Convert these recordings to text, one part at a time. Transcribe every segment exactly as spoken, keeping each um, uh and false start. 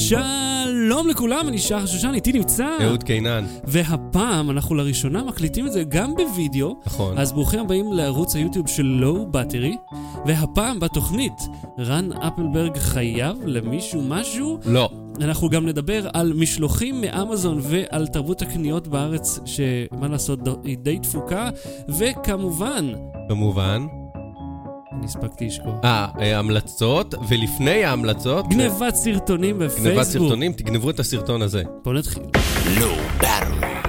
שלום לכולם, אני שחר שושן, איתי נמצא אהוד קינן. והפעם אנחנו לראשונה מקליטים את זה גם בווידאו. נכון. אז ברוכים הבאים לערוץ היוטיוב של Low Battery. והפעם בתוכנית רן אפלברג חייב למישהו משהו. לא. אנחנו גם נדבר על משלוחים מאמזון ועל תרבות הקניות בארץ שמה לעשות היא די דפוקה. וכמובן כמובן אני הספקתי לשכוח. אה, המלצות, ולפני ההמלצות גנבת סרטונים בפייסבוק. גנבת סרטונים, תגנבו את הסרטון הזה. בואו נתחיל. Low Battery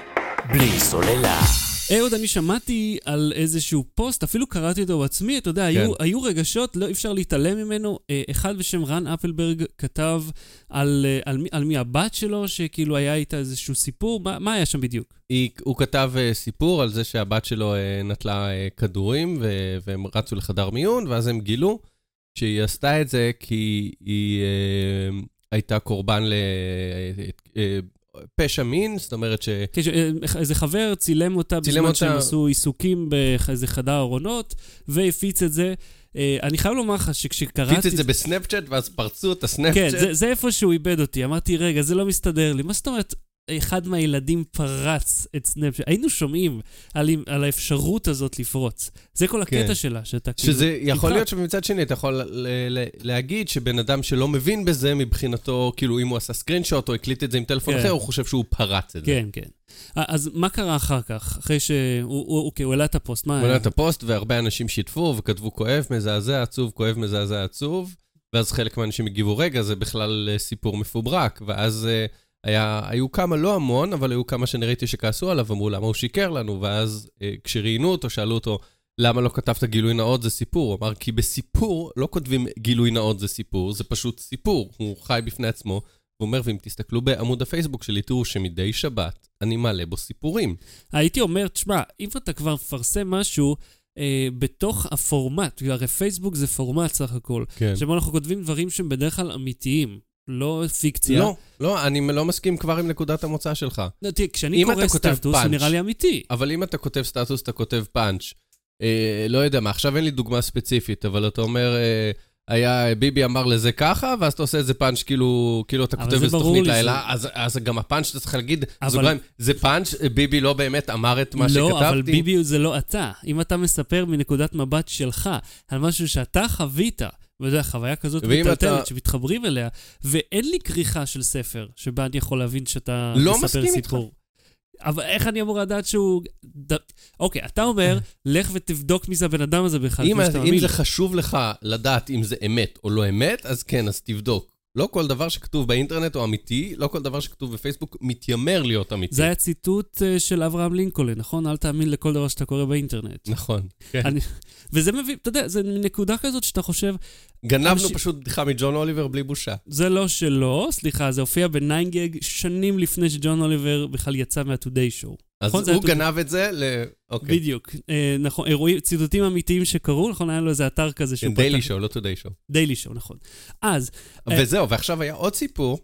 בלי סוללה. אהוד, אני שמעתי על איזשהו פוסט, אפילו קראתי אותו בעצמי, אתה יודע, כן. היו, היו רגשות, לא אפשר להתעלם ממנו. אחד בשם רן אפלברג כתב על, על, על מי הבת שלו, שכאילו היה איתה איזשהו סיפור. מה, מה היה שם בדיוק? היא, הוא כתב uh, סיפור על זה שהבת שלו uh, נטלה uh, כדורים, ו- והם רצו לחדר מיון, ואז הם גילו שהיא עשתה את זה כי היא uh, הייתה קורבן ל... Uh, uh, פשע מין, זאת אומרת ש... איזה חבר צילם אותה בזמן אותה... שהם עשו עיסוקים באיזה חדר ארונות, והפיץ את זה. אני חייב לומר לך שכשקראתי... הפיץ את זה בסנאפצ'אט, ואז פרצו את הסנאפצ'אט. כן, זה, זה איפה שהוא איבד אותי. אמרתי, רגע, זה לא מסתדר לי. מה זאת אומרת? אחד מהילדים פרץ את סנאפצ'אט. היינו שומעים על, על האפשרות הזאת לפרוץ. זה כל הקטע כן. שלה, שאתה כאילו... שזה יכול להיות שבמצד שני, אתה יכול ל- ל- להגיד שבן אדם שלא מבין בזה, מבחינתו, כאילו אם הוא עשה סקרינשוט או הקליט את זה עם טלפון כן. אחר, הוא חושב שהוא פרץ את זה. כן, כן. אז מה קרה אחר כך? אחרי שהוא, אוקיי, הוא העלה את הפוסט. הוא העלה את הפוסט, והרבה אנשים שיתפו וכתבו כואב, מזעזע, עצוב, כואב, מזעזע, עצוב, ואז חלק מהאנשים הגיבו, רגע, זה בכלל סיפור מפוברק, ואז... היה, היו כמה, לא המון, אבל היו כמה שנראיתי שכעסו עליו, אמרו למה הוא שיקר לנו, ואז אה, כשראיינו אותו, שאלו אותו, למה לא כתבת גילוי נאות זה סיפור? הוא אמר, כי בסיפור לא כותבים גילוי נאות זה סיפור, זה פשוט סיפור, הוא חי בפני עצמו, הוא אומר, ואם תסתכלו בעמוד הפייסבוק שלי, תראו שמדי שבת אני מעלה בו סיפורים. הייתי אומר, תשמע, אם אתה כבר מפרסם משהו, אה, בתוך הפורמט, הרי פייסבוק זה פורמט סך הכל, כן. שבו אנחנו כותבים דברים שהם בדרך כלל אמיתיים, לא פיקציה. לא, לא, אני לא מסכים כבר עם נקודת המוצא שלך. לא, תראה, כשאני קורא סטטוס, זה נראה לי אמיתי. אבל אם אתה כותב סטטוס, אתה כותב פאנץ'. אה, לא יודע מה, עכשיו אין לי דוגמה ספציפית, אבל אתה אומר, אה, היה, ביבי אמר לזה ככה, ואז אתה עושה איזה פאנץ' כאילו, כאילו אתה כותב איזה תוכנית לילה, אז, אז גם הפאנץ' אתה צריך להגיד, אבל... זוגריים, זה פאנץ', ביבי לא באמת אמר את מה לא, שכתבתי. לא, אבל ביבי זה לא אתה. אם אתה מספר מנקודת מבט שלך, על משהו שאתה חווית, וזו החוויה כזאת מטלטלת אתה... שמתחברים אליה, ואין לי כריכה של ספר, שבה אני יכול להבין שאתה לא מספר סיפור. איתך. אבל איך אני אמור לדעת שהוא... ד... אוקיי, אתה אומר, לך ותבדוק מי זה הבן אדם הזה בכלל. אם, אם זה חשוב לך לדעת אם זה אמת או לא אמת, אז כן, אז תבדוק. לא כל דבר שכתוב באינטרנט הוא אמיתי, לא כל דבר שכתוב בפייסבוק מתיימר להיות אמיתי. זה היה ציטוט של אברהם לינקולן, נכון? אל תאמין לכל דבר שאתה קורא באינטרנט. נכון, כן. אני... וזה מביא, אתה יודע, זה נקודה כזאת שאתה חושב... גנבנו אנש... פשוט בדיחה מג'ון אוליבר בלי בושה. זה לא שלא, סליחה, זה הופיע בניינגג שנים לפני שג'ון אוליבר בכלל יצא מה-Today Show. אז נכון, הוא גנב את זה ל... אוקיי. בדיוק. אה, נכון, אירועים, ציטוטים אמיתיים שקרו, נכון, היה לו איזה אתר כזה שהוא פתח. דיילי שואו, לא Today Show. דיילי שואו, נכון. אז... וזהו, אה... ועכשיו היה עוד סיפור,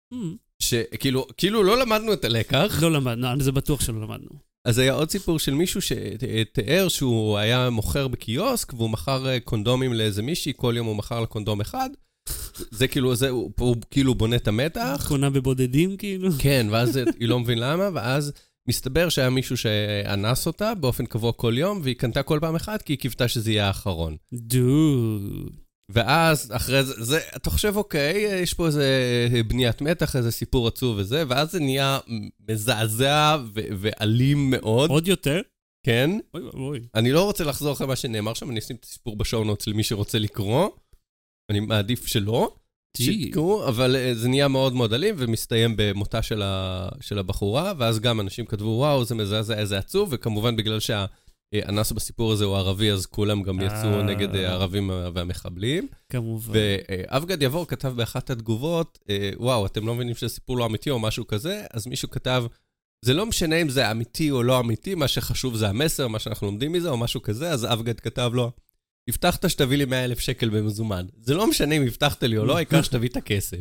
שכאילו, כאילו לא למדנו את הלקח. לא למדנו, זה בטוח שלא למדנו. אז היה עוד סיפור של מישהו שתיאר שהוא היה מוכר בקיוסק, והוא מכר קונדומים לאיזה מישהי, כל יום הוא מכר לקונדום אחד. זה כאילו, זה, הוא, הוא כאילו בונה את המתח. קונה בבודדים כאילו. כן, ואז היא לא מבין למה, ואז מסתבר שהיה מישהו שאנס אותה באופן קבוע כל יום, והיא קנתה כל פעם אחד, כי היא קיוותה שזה יהיה האחרון. דוד. ואז אחרי זה, זה, אתה חושב, אוקיי, יש פה איזה בניית מתח, איזה סיפור עצוב וזה, ואז זה נהיה מזעזע ו- ואלים מאוד. עוד יותר? כן. אוי אוי. אני לא רוצה לחזור אחרי מה שנאמר שם, אני אשים את הסיפור בשואו-נוטס למי שרוצה לקרוא. אני מעדיף שלא, שתקראו, אבל זה נהיה מאוד מאוד אלים, ומסתיים במותה של, ה- של הבחורה, ואז גם אנשים כתבו, וואו, זה מזעזע, איזה עצוב, וכמובן בגלל שה... אנס בסיפור הזה הוא ערבי, אז כולם גם יצאו נגד הערבים והמחבלים. כמובן. ואבגד יבור כתב באחת התגובות, וואו, אתם לא מבינים שהסיפור לא אמיתי או משהו כזה, אז מישהו כתב, זה לא משנה אם זה אמיתי או לא אמיתי, מה שחשוב זה המסר, מה שאנחנו לומדים מזה או משהו כזה, אז אבגד כתב לו, הבטחת שתביא לי מאה אלף שקל במזומן. זה לא משנה אם הבטחת לי או לא, העיקר שתביא את הכסף.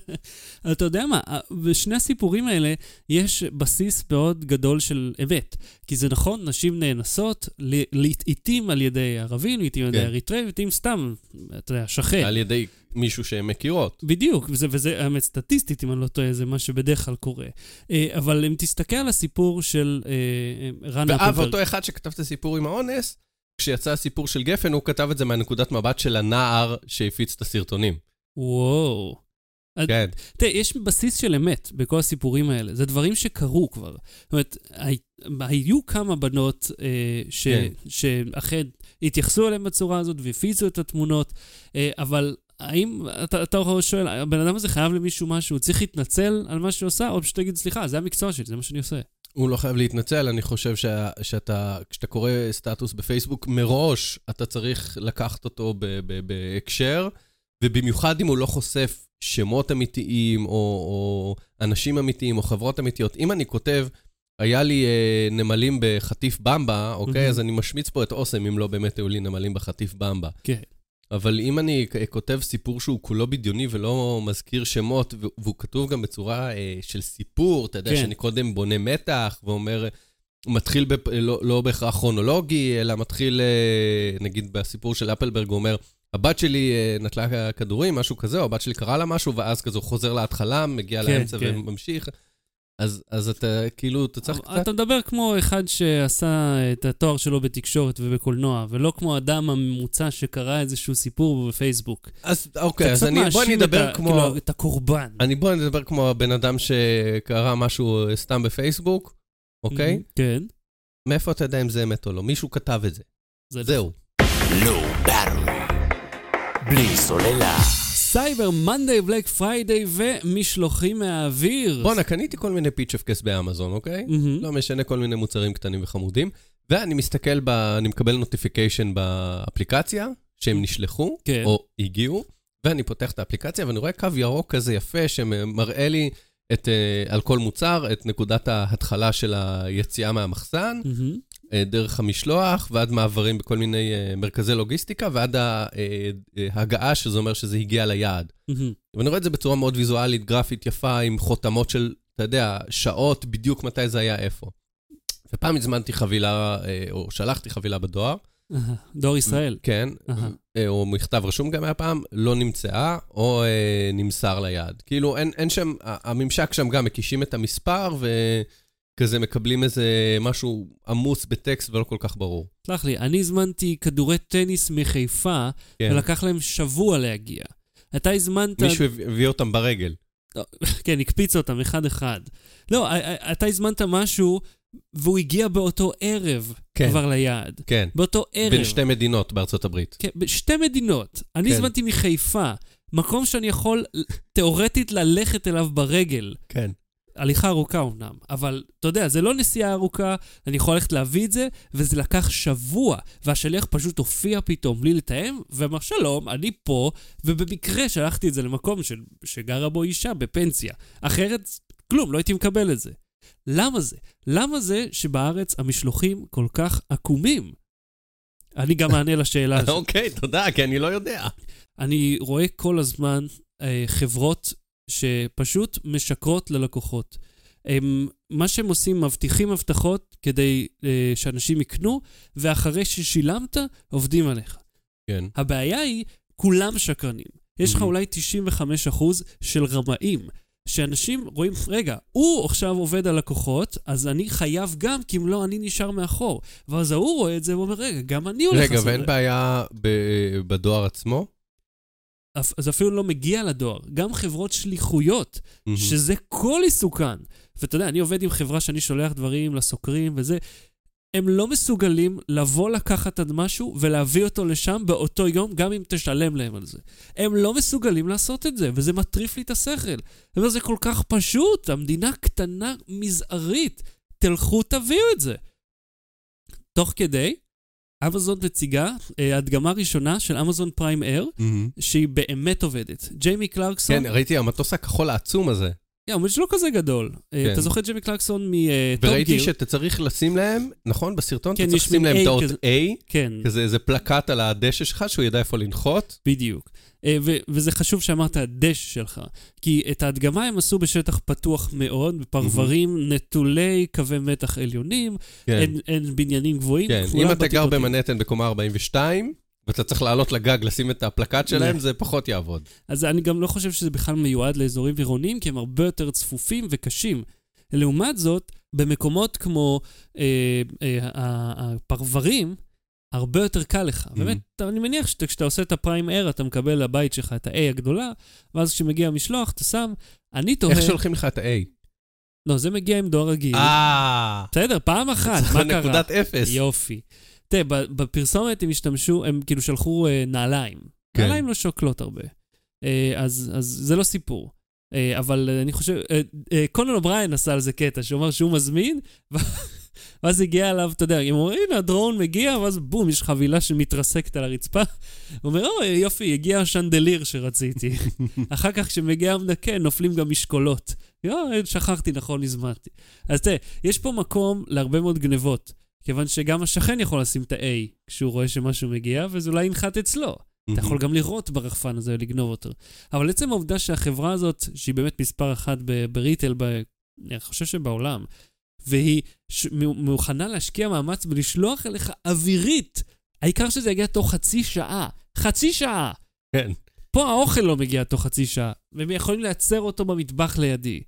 אתה יודע מה, בשני הסיפורים האלה יש בסיס מאוד גדול של אמת. כי זה נכון, נשים נאנסות לעיתים על ידי ערבים, לעיתים על ידי אריתריאים, לעיתים סתם, אתה יודע, שכן. על ידי מישהו שהן מכירות. בדיוק, וזה, וזה האמת סטטיסטית, אם אני לא טועה, זה מה שבדרך כלל קורה. אבל אם תסתכל על הסיפור של רן אפלברג... ואותו אחד שכתב את הסיפור עם האונס, כשיצא הסיפור של גפן, הוא כתב את זה מהנקודת מבט של הנער שהפיץ את הסרטונים. וואו. כן. תראה, יש בסיס של אמת בכל הסיפורים האלה. זה דברים שקרו כבר. זאת אומרת, היו כמה בנות שאכן התייחסו אליהם בצורה הזאת והפיצו את התמונות, אבל האם, אתה שואל, הבן אדם הזה חייב למישהו משהו, הוא צריך להתנצל על מה שהוא עושה, או פשוט תגיד, סליחה, זה המקצוע שלי, זה מה שאני עושה. הוא לא חייב להתנצל, אני חושב שאתה, כשאתה קורא סטטוס בפייסבוק, מראש אתה צריך לקחת אותו בהקשר, ובמיוחד אם הוא לא חושף שמות אמיתיים, או, או אנשים אמיתיים, או חברות אמיתיות. אם אני כותב, היה לי אה, נמלים בחטיף במבה, אוקיי? Mm-hmm. אז אני משמיץ פה את אוסם, אם לא באמת היו לי נמלים בחטיף במבה. כן. Okay. אבל אם אני כותב סיפור שהוא כולו בדיוני ולא מזכיר שמות, והוא כתוב גם בצורה אה, של סיפור, אתה יודע, כן. שאני קודם בונה מתח, ואומר, מתחיל ב, לא, לא בהכרח כרונולוגי, אלא מתחיל, אה, נגיד בסיפור של אפלברג, הוא אומר, הבת שלי נטלה כדורים, משהו כזה, או הבת שלי קרא לה משהו, ואז כזה חוזר להתחלה, מגיע כן, לאמצע כן. וממשיך. אז, אז אתה כאילו, אתה צריך קצת... אתה מדבר כמו אחד שעשה את התואר שלו בתקשורת ובקולנוע, ולא כמו אדם הממוצע שקרא איזשהו סיפור בפייסבוק. אז אוקיי, אז אני, בוא נדבר את כמו... כאילו, את הקורבן. אני בוא נדבר כמו הבן אדם שקרא משהו סתם בפייסבוק, אוקיי? Mm-hmm, כן. מאיפה אתה יודע אם זה אמת או לא? מישהו כתב את זה. זה זהו. לא ברור. בלי סוללה. סייבר, מנדי, בלק פריידי ומשלוחים מהאוויר. בואנה, קניתי כל מיני פיצ'פקס באמזון, אוקיי? Mm-hmm. לא משנה, כל מיני מוצרים קטנים וחמודים. ואני מסתכל, ב... אני מקבל נוטיפיקיישן באפליקציה, שהם נשלחו, כן. או הגיעו, ואני פותח את האפליקציה, ואני רואה קו ירוק כזה יפה, שמראה לי את, על כל מוצר, את נקודת ההתחלה של היציאה מהמחסן, mm-hmm. דרך המשלוח, ועד מעברים בכל מיני מרכזי לוגיסטיקה, ועד ההגעה, שזה אומר שזה הגיע ליעד. Mm-hmm. ואני רואה את זה בצורה מאוד ויזואלית, גרפית, יפה, עם חותמות של, אתה יודע, שעות, בדיוק מתי זה היה איפה. ופעם הזמנתי חבילה, או שלחתי חבילה בדואר. Uh-huh. דואר ישראל. כן, uh-huh. או מכתב רשום גם היה פעם, לא נמצאה, או נמסר ליעד. כאילו, אין, אין שם, הממשק שם גם מקישים את המספר, ו... כזה מקבלים איזה משהו עמוס בטקסט ולא כל כך ברור. סלח לי, אני הזמנתי כדורי טניס מחיפה, כן. ולקח להם שבוע להגיע. אתה הזמנת... מישהו הביא אותם ברגל. כן, הקפיץ אותם אחד אחד. לא, אתה הזמנת משהו, והוא הגיע באותו ערב כן. כבר ליעד. כן. באותו ערב. בין שתי מדינות בארצות הברית. כן, בשתי מדינות. אני כן. הזמנתי מחיפה, מקום שאני יכול תיאורטית ללכת אליו ברגל. כן. הליכה ארוכה אומנם, אבל אתה יודע, זה לא נסיעה ארוכה, אני יכול ללכת להביא את זה, וזה לקח שבוע, והשליח פשוט הופיע פתאום בלי לתאם, ואמר שלום, אני פה, ובמקרה שלחתי את זה למקום של, שגרה בו אישה בפנסיה. אחרת, כלום, לא הייתי מקבל את זה. למה זה? למה זה שבארץ המשלוחים כל כך עקומים? אני גם מענה לשאלה הזאת. אוקיי, תודה, כי אני לא יודע. אני רואה כל הזמן אה, חברות שפשוט משקרות ללקוחות. הם, מה שהם עושים, מבטיחים הבטחות כדי אה, שאנשים יקנו, ואחרי ששילמת, עובדים עליך. כן. הבעיה היא, כולם שקרנים. יש לך אולי תשעים וחמישה אחוז של רמאים, שאנשים רואים, רגע, הוא עכשיו עובד על לקוחות, אז אני חייב גם, כי אם לא, אני נשאר מאחור. ואז הוא רואה את זה, ואומר, רגע, גם אני הולך רגע, ואין בעיה ב- בדואר עצמו? אז אפילו לא מגיע לדואר. גם חברות שליחויות, mm-hmm. שזה כל עיסוקן. ואתה יודע, אני עובד עם חברה שאני שולח דברים לסוקרים וזה, הם לא מסוגלים לבוא לקחת עד משהו ולהביא אותו לשם באותו יום, גם אם תשלם להם על זה. הם לא מסוגלים לעשות את זה, וזה מטריף לי את השכל. וזה כל כך פשוט, המדינה קטנה מזערית. תלכו, תביאו את זה. תוך כדי, אמזון מציגה, הדגמה ראשונה של אמזון פריים אייר, שהיא באמת עובדת. ג'יימי קלרקסון... כן, ראיתי המטוס הכחול העצום הזה. כן, אבל שלא כזה גדול. אתה זוכר ג'יימי קלרקסון מטופ גיר? וראיתי שאתה צריך לשים להם, נכון? בסרטון אתה צריך לשים להם את האות A, כזה איזה פלקט על הדשא שלך, שהוא ידע איפה לנחות. בדיוק. וזה חשוב שאמרת הדשא שלך, כי את ההדגמה הם עשו בשטח פתוח מאוד, בפרברים נטולי קווי מתח עליונים, אין בניינים גבוהים. אם אתה גר במנהטן בקומה ארבעים ושתיים, ואתה צריך לעלות לגג, לשים את הפלקט שלהם, זה פחות יעבוד. אז אני גם לא חושב שזה בכלל מיועד לאזורים עירוניים, כי הם הרבה יותר צפופים וקשים. לעומת זאת, במקומות כמו אה, אה, הפרברים, הרבה יותר קל לך. Mm-hmm. באמת, אני מניח שכשאתה עושה את הפריים אייר, אתה מקבל לבית שלך את ה-A הגדולה, ואז כשמגיע המשלוח, אתה שם, אני תוהה... איך שולחים לך את ה-A? לא, זה מגיע עם דואר רגיל. אה... בסדר, פעם אחת, מה קרה? נקודת אפס. יופי. תראה, בפרסומת הם השתמשו, הם כאילו שלחו אה, נעליים. כן. נעליים לא שוקלות הרבה. אה, אז, אז זה לא סיפור. אה, אבל אני חושב, אה, אה, קונן אובריין עשה על זה קטע, שאומר שהוא מזמין, ואז הגיע עליו, אתה יודע, הם אומרים, הנה, הדרון מגיע, ואז בום, יש חבילה שמתרסקת על הרצפה. הוא אומר, אוי, יופי, הגיע השנדליר שרציתי. אחר כך, כשמגיע המנקה, נופלים גם משקולות. יו, שכחתי, נכון, הזמנתי. אז תראה, יש פה מקום להרבה מאוד גנבות, כיוון שגם השכן יכול לשים את ה-A, כשהוא רואה שמשהו מגיע, וזה אולי ינחת אצלו. אתה יכול גם לראות ברחפן הזה ולגנוב אותו. אבל עצם העובדה שהחברה הזאת, שהיא באמת מספר אחת בריטל, אני חושב שבעולם, והיא מוכנה להשקיע מאמץ ולשלוח אליך אווירית, העיקר שזה יגיע תוך חצי שעה. חצי שעה! כן. פה האוכל לא מגיע תוך חצי שעה, והם יכולים לייצר אותו במטבח לידי.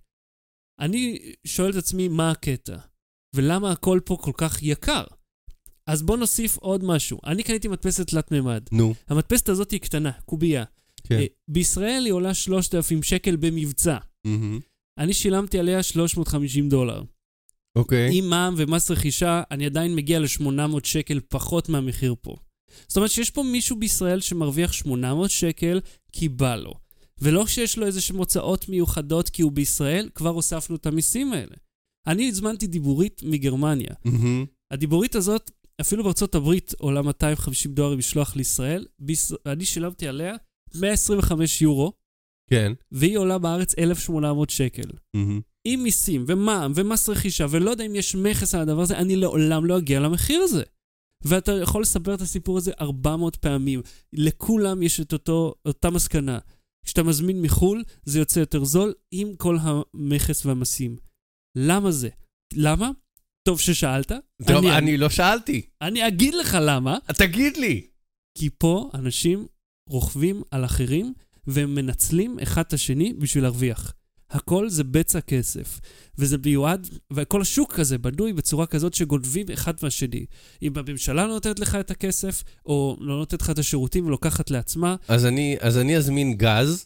אני שואל את עצמי מה הקטע, ולמה הכל פה כל כך יקר. אז בוא נוסיף עוד משהו. אני קניתי מדפסת תלת ממד. נו. המדפסת הזאת היא קטנה, קובייה. כן. בישראל היא עולה שלושת אלפים שקל במבצע. Mm-hmm. אני שילמתי עליה שלוש מאות וחמישים דולר. אוקיי. עם מע"מ ומס רכישה, אני עדיין מגיע ל-שמונה מאות שקל פחות מהמחיר פה. זאת אומרת שיש פה מישהו בישראל שמרוויח שמונה מאות שקל כי בא לו. ולא שיש לו איזה מוצאות מיוחדות כי הוא בישראל, כבר הוספנו את המיסים האלה. אני הזמנתי דיבורית מגרמניה. Mm-hmm. הדיבורית הזאת, אפילו בארצות הברית עולה מאתיים וחמישים דולר בשלוח לישראל, בישראל, אני שילמתי עליה מאה עשרים וחמישה יורו, כן. והיא עולה בארץ אלף שמונה מאות שקל. Mm-hmm. עם מיסים ומע"מ ומס רכישה, ולא יודע אם יש מכס על הדבר הזה, אני לעולם לא אגיע למחיר הזה. ואתה יכול לספר את הסיפור הזה ארבע מאות פעמים. לכולם יש את אותו, אותה מסקנה. כשאתה מזמין מחול, זה יוצא יותר זול עם כל המכס והמסים. למה זה? למה? טוב ששאלת. טוב, אני, אני, אני לא שאלתי. אני אגיד לך למה. תגיד לי. כי פה אנשים רוכבים על אחרים, והם מנצלים אחד את השני בשביל להרוויח. הכל זה בצע כסף, וזה מיועד, וכל השוק כזה בנוי בצורה כזאת שגונבים אחד מהשני. אם הממשלה לא נותנת לך את הכסף, או לא נותנת לך את השירותים ולוקחת לעצמה. אז אני, אז אני אזמין גז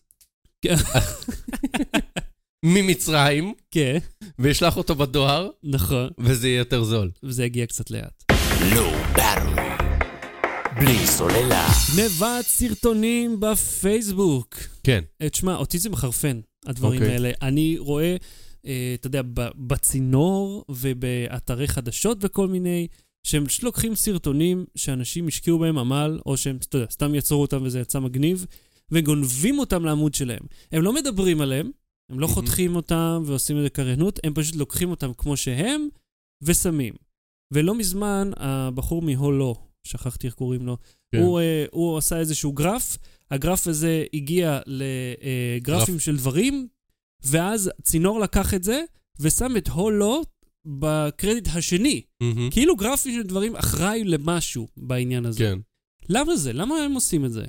ממצרים, כן. וישלח אותו בדואר, נכון. וזה יהיה יותר זול. וזה יגיע קצת לאט. לא ברור. בלי סוללה. גנבת סרטונים בפייסבוק. כן. תשמע, אותי זה מחרפן, הדברים okay. האלה. אני רואה, אה, אתה יודע, בצינור ובאתרי חדשות וכל מיני, שהם פשוט לוקחים סרטונים שאנשים השקיעו בהם עמל, או שהם, אתה יודע, סתם יצרו אותם וזה יצא מגניב, וגונבים אותם לעמוד שלהם. הם לא מדברים עליהם, הם לא mm-hmm. חותכים אותם ועושים איזה קריינות, הם פשוט לוקחים אותם כמו שהם ושמים. ולא מזמן, הבחור מהולו, שכחתי איך קוראים לו, כן. הוא, uh, הוא עשה איזשהו גרף, הגרף הזה הגיע לגרפים גרף. של דברים, ואז צינור לקח את זה, ושם את הולו בקרדיט השני. Mm-hmm. כאילו גרפים של דברים אחראי למשהו בעניין הזה. כן. למה זה? למה הם עושים את זה?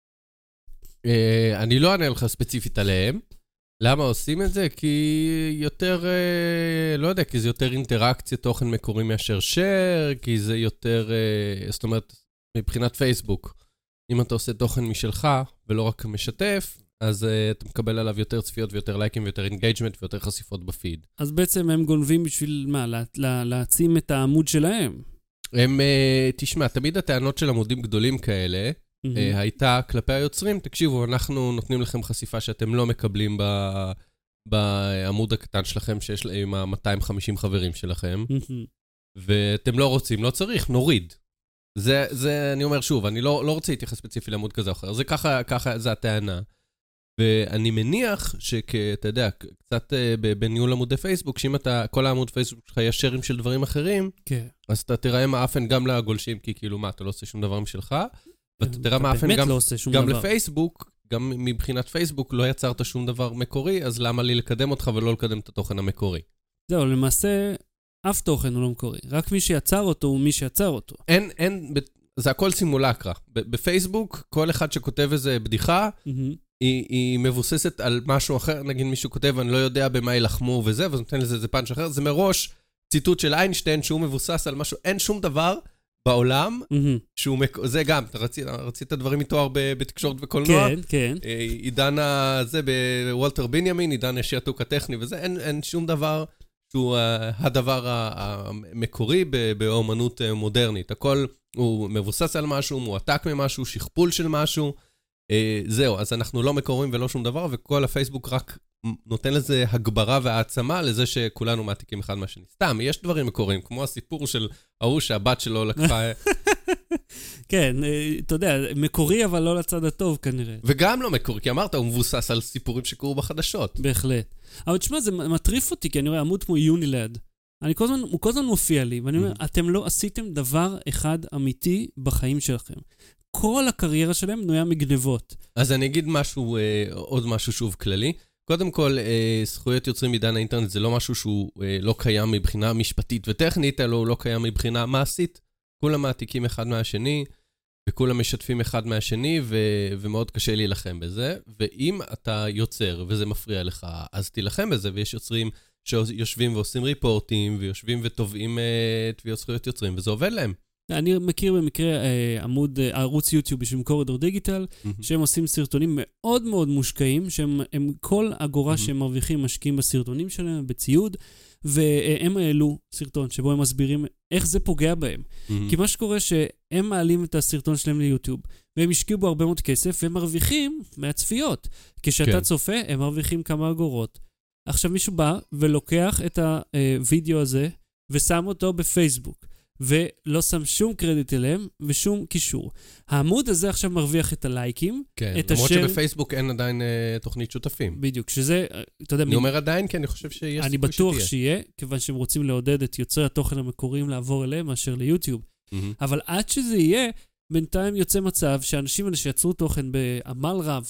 Uh, אני לא אענה לך ספציפית עליהם. למה עושים את זה? כי יותר, uh, לא יודע, כי זה יותר אינטראקציה תוכן מקורי מאשר share, כי זה יותר, uh, זאת אומרת, מבחינת פייסבוק, אם אתה עושה תוכן משלך ולא רק משתף, אז uh, אתה מקבל עליו יותר צפיות ויותר לייקים ויותר אינגייג'מנט ויותר חשיפות בפיד. אז בעצם הם גונבים בשביל מה? לה, לה, להעצים את העמוד שלהם? הם, uh, תשמע, תמיד הטענות של עמודים גדולים כאלה, mm-hmm. uh, הייתה כלפי היוצרים, תקשיבו, אנחנו נותנים לכם חשיפה שאתם לא מקבלים ב, בעמוד הקטן שלכם, שיש עם ה-מאתיים וחמישים חברים שלכם, mm-hmm. ואתם לא רוצים, לא צריך, נוריד. זה, זה, אני אומר שוב, אני לא, לא רוצה להתייחס ספציפי לעמוד כזה או אחר, זה ככה, ככה, זה הטענה. ואני מניח שכאתה יודע, קצת בניהול עמודי פייסבוק, שאם אתה, כל העמוד פייסבוק שלך יש שרים של דברים אחרים, כן. אז אתה תראה מאפן גם לגולשים, כי כאילו מה, אתה לא עושה שום דבר משלך, ואתה תראה מאפן גם, לא גם דבר. לפייסבוק, גם מבחינת פייסבוק לא יצרת שום דבר מקורי, אז למה לי לקדם אותך ולא לקדם את התוכן המקורי? זהו, למעשה, אף תוכן הוא לא מקורי. רק מי שיצר אותו הוא מי שיצר אותו. אין, אין, זה הכל סימולקרה. בפייסבוק, כל אחד שכותב איזה בדיחה, היא, היא מבוססת על משהו אחר, נגיד מישהו כותב, אני לא יודע במה ילחמו וזה, וזה נותן לזה איזה פאנץ' אחר, זה מראש ציטוט של איינשטיין, שהוא מבוסס על משהו, אין שום דבר בעולם, שהוא, זה גם, אתה רצית, רצית דברים מתואר בתקשורת וקולנוע, כן, כן. עידן הזה בוולטר בנימין, עידן השיעתוק הטכני וזה, אין, אין שום דבר שהוא הדבר המקורי באומנות מודרנית. הכל הוא מבוסס על משהו, מועתק ממשהו, שכפול של משהו, זהו, אז אנחנו לא מקוראים ולא שום דבר, וכל הפייסבוק רק נותן לזה הגברה והעצמה לזה שכולנו מעתיקים אחד מהשני. סתם, יש דברים מקוראים, כמו הסיפור של ההוא שהבת שלו לקחה... כן, אתה יודע, מקורי אבל לא לצד הטוב כנראה. וגם לא מקורי, כי אמרת, הוא מבוסס על סיפורים שקורו בחדשות. בהחלט. אבל תשמע, זה מטריף אותי, כי אני רואה עמוד כמו יונילד. אני כל הזמן, הוא כל הזמן מופיע לי, ואני אומר, אתם לא עשיתם דבר אחד אמיתי בחיים שלכם. כל הקריירה שלהם בנויה מגנבות. אז אני אגיד משהו, עוד משהו שוב כללי. קודם כל, זכויות יוצרים בעידן האינטרנט זה לא משהו שהוא לא קיים מבחינה משפטית וטכנית, אלא הוא לא קיים מבחינה מעשית. כולם מעתיקים אחד מהשני, וכולם משתפים אחד מהשני, ו- ומאוד קשה להילחם בזה. ואם אתה יוצר וזה מפריע לך, אז תילחם בזה, ויש יוצרים שיושבים ועושים ריפורטים, ויושבים וטובעים תביעות זכויות יוצרים, וזה עובד להם. אני מכיר במקרה אה, עמוד, אה, ערוץ יוטיוב בשביל קורידור דיגיטל, mm-hmm. שהם עושים סרטונים מאוד מאוד מושקעים, שהם הם, כל אגורה mm-hmm. שהם מרוויחים משקיעים בסרטונים שלהם, בציוד, והם העלו סרטון שבו הם מסבירים איך זה פוגע בהם. Mm-hmm. כי מה שקורה שהם מעלים את הסרטון שלהם ליוטיוב, והם השקיעו בו הרבה מאוד כסף, והם מרוויחים מהצפיות. כשאתה כן. צופה, הם מרוויחים כמה אגורות. עכשיו מישהו בא ולוקח את הווידאו הזה, ושם אותו בפייסבוק. ולא שם שום קרדיט אליהם ושום קישור. העמוד הזה עכשיו מרוויח את הלייקים. כן, את למרות השאר... שבפייסבוק אין עדיין uh, תוכנית שותפים. בדיוק, שזה, אתה יודע... אני מ... אומר עדיין, כי אני חושב שיש סיכוי שתהיה. אני בטוח שיהיה, כיוון שהם רוצים לעודד את יוצרי התוכן המקוריים לעבור אליהם מאשר ליוטיוב. Mm-hmm. אבל עד שזה יהיה, בינתיים יוצא מצב שאנשים האלה שיצרו תוכן בעמל רב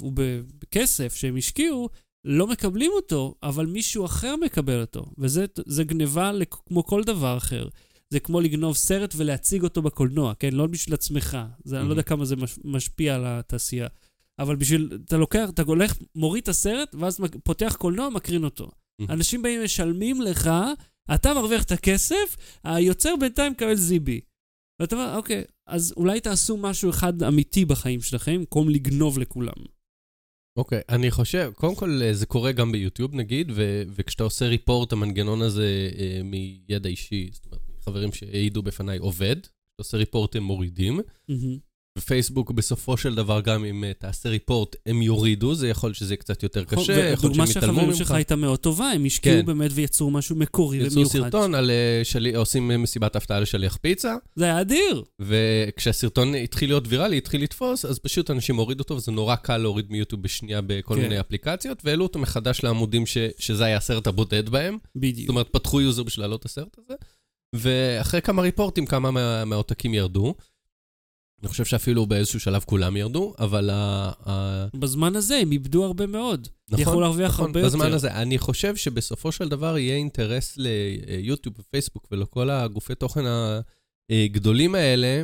ובכסף שהם השקיעו, לא מקבלים אותו, אבל מישהו אחר מקבל אותו. וזה גניבה כמו כל דבר אחר. זה כמו לגנוב סרט ולהציג אותו בקולנוע, כן? לא בשביל עצמך. זה, mm-hmm. אני לא יודע כמה זה משפיע על התעשייה. אבל בשביל, אתה לוקח, אתה הולך, מוריד את הסרט, ואז פותח קולנוע, מקרין אותו. Mm-hmm. אנשים באים משלמים לך, אתה מרוויח את הכסף, היוצר בינתיים מקבל זיבי. ואתה אומר, אוקיי, אז אולי תעשו משהו אחד אמיתי בחיים שלכם, במקום לגנוב לכולם. אוקיי, okay, אני חושב, קודם כל זה קורה גם ביוטיוב נגיד, ו- וכשאתה עושה ריפורט, המנגנון הזה אה, מידע אישי, זאת אומרת, חברים שהעידו בפניי עובד, אתה עושה ריפורט הם מורידים, mm-hmm. בפייסבוק בסופו של דבר גם אם תעשה ריפורט הם יורידו, זה יכול שזה קצת יותר קשה, יכול שהם יתעלמו ממך. דוגמה שהחברים שלך הייתה מאוד טובה, הם השקיעו כן. באמת ויצרו משהו מקורי ומיוחד. יצרו סרטון על שלי, עושים מסיבת הפתעה לשליח פיצה. זה היה אדיר. וכשהסרטון התחיל להיות ויראלי, התחיל לתפוס, אז פשוט אנשים הורידו אותו, וזה נורא קל להוריד מיוטיוב בשנייה בכל כן. מיני אפליקציות, והעלו אותו מחדש לעמודים ש, שזה היה הסרט הבודד בהם. בדיוק. זאת אומרת, פתחו יוזר בשביל להעלות את הסרט הזה. ואחרי כמה ריפורטים, כמה מה, מהעותקים ירדו. אני חושב שאפילו באיזשהו שלב כולם ירדו, אבל... בזמן הזה הם איבדו הרבה מאוד. נכון, יכולו להרוויח נכון, הרבה בזמן יותר. הזה. אני חושב שבסופו של דבר יהיה אינטרס ליוטיוב ופייסבוק ולכל הגופי תוכן הגדולים האלה,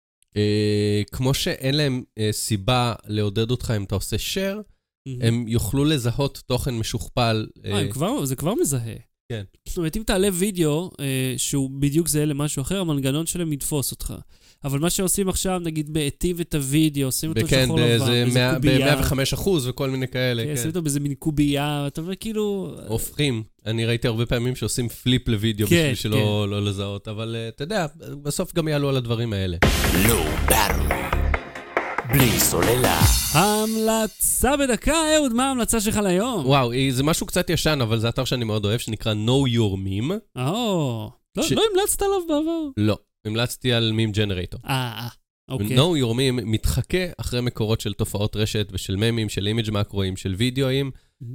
כמו שאין להם סיבה לעודד אותך אם אתה עושה share, הם יוכלו לזהות תוכן משוכפל. זה כבר מזהה. כן. זאת אומרת, אם תעלה וידאו אה, שהוא בדיוק זהה למשהו אחר, המנגנון שלהם יתפוס אותך. אבל מה שעושים עכשיו, נגיד, בעטיב את הוידאו, עושים אותו שחור לבן, באיזה קובייה. ב-מאה וחמישה אחוז וכל מיני כאלה. כן, עושים אותו באיזה מין קובייה, אתה אומר, כאילו... הופכים. אני ראיתי הרבה פעמים שעושים פליפ לוידאו בשביל שלא לא לזהות, אבל אתה יודע, בסוף גם יעלו על הדברים האלה. לא ברור. בלי סוללה. המלצה בדקה, אהוד, מה ההמלצה שלך להיום? וואו, זה משהו קצת ישן, אבל זה אתר שאני מאוד אוהב, שנקרא Know Your Meme. או, לא המלצת עליו בעבר? לא, המלצתי על Meme Generator. אה, אוקיי. Know Your Meme מתחכה אחרי מקורות של תופעות רשת ושל ממים, של אימג' מקרואים, של וידאוים.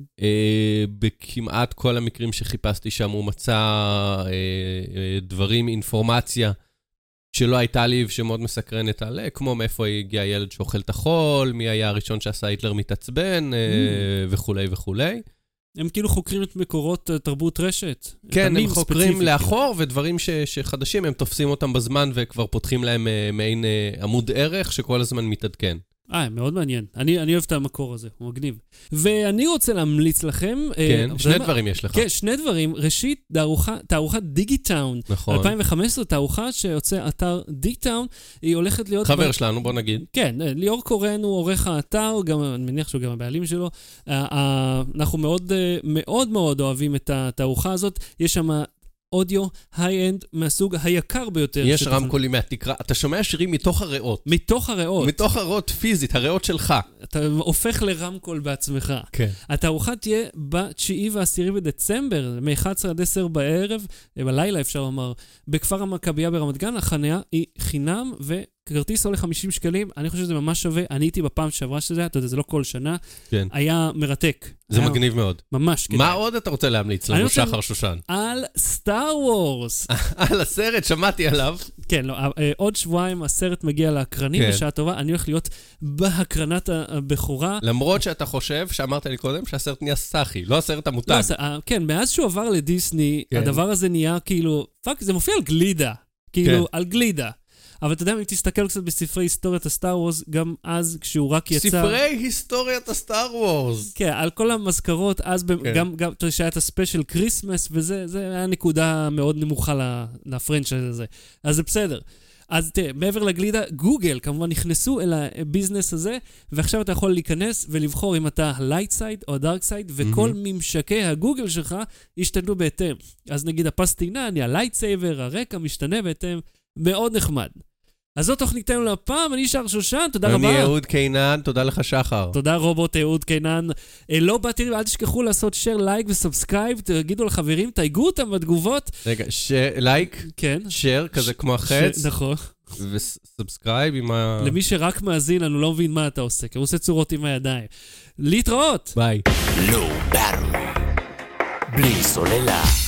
בכמעט כל המקרים שחיפשתי שם הוא מצא דברים, אינפורמציה, שלא הייתה לי ושמאוד מסקרנת על, כמו מאיפה הגיע הילד שאוכל את החול, מי היה הראשון שעשה היטלר מתעצבן, וכו' וכו'. הם כאילו חוקרים את מקורות תרבות רשת. כן, הם חוקרים לאחור, ודברים שחדשים, הם תופסים אותם בזמן, וכבר פותחים להם מעין עמוד ערך, שכל הזמן מתעדכן. אה, מאוד מעניין. אני, אני אוהב את המקור הזה, הוא מגניב. ואני רוצה להמליץ לכם... כן, אה, שני דברים יש לך. כן, שני דברים. ראשית, תערוכה, תערוכת דיגיטאון. נכון. אלפיים וחמש עשרה, תערוכה שיוצא אתר דיגיטאון, היא הולכת להיות... חבר ב... שלנו, בוא נגיד. כן, ליאור קורן הוא עורך האתר, גם, אני מניח שהוא גם הבעלים שלו. אנחנו מאוד מאוד מאוד אוהבים את התערוכה הזאת. יש שם... אודיו, היי-אנד, מהסוג היקר ביותר. יש רמקולים מהתקרה. אתה שומע שירים מתוך הריאות. מתוך הריאות. מתוך הריאות פיזית, הריאות שלך. אתה הופך לרמקול בעצמך. כן. התערוכה תהיה ב-תשיעי והעשירי בדצמבר, מ-אחת עשרה עד עשר בערב, בלילה אפשר לומר, בכפר המכבייה ברמת גן, החניה היא חינם ו... כרטיס עולה חמישים שקלים, אני חושב שזה ממש שווה, אני הייתי בפעם שעברה שזה, אתה יודע, זה לא כל שנה, כן. היה מרתק. זה היה מגניב מאוד. ממש. מה כדאי. עוד אתה רוצה להמליץ לנו, שחר שושן? על סטאר וורס. על הסרט, שמעתי עליו. כן, לא, עוד שבועיים הסרט מגיע להקרנים, כן. בשעה טובה, אני הולך להיות בהקרנת הבכורה. למרות שאתה חושב, שאמרת לי קודם, שהסרט נהיה סחי, לא הסרט המותג. לא, כן, מאז שהוא עבר לדיסני, כן. הדבר הזה נהיה כאילו, פאק, זה מופיע על גלידה. כאילו, כן. על גלידה. אבל אתה יודע, אם תסתכל קצת בספרי היסטוריית הסטאר וורס, גם אז כשהוא רק יצא... ספרי היסטוריית הסטאר וורס. כן, על כל המזכרות, אז כן. גם, גם שהיה את הספיישל קריסמס, וזה זה היה נקודה מאוד נמוכה לפרנצ'ייז הזה. אז זה בסדר. אז תראה, מעבר לגלידה, גוגל כמובן נכנסו אל הביזנס הזה, ועכשיו אתה יכול להיכנס ולבחור אם אתה ה-light side או ה-dark side, וכל mm-hmm. ממשקי הגוגל שלך ישתנו בהתאם. אז נגיד הפס טעינה, אני ה-light saver, הרקע משתנה בהתאם, מאוד נחמד. אז זאת תוכניתנו לפעם, אני שחר שושן, תודה רבה. אני אהוד קינן, תודה לך שחר. תודה רובוט אהוד קינן. לא באתי, אל תשכחו לעשות share, לייק וסאבסקרייב, תגידו לחברים, תייגו אותם בתגובות. רגע, לייק, כן. share, כזה כמו החץ. נכון. וסאבסקרייב עם ה... למי שרק מאזין, אני לא מבין מה אתה עושה, כי הוא עושה צורות עם הידיים. להתראות. ביי. לואו בארווי. בלי סוללה.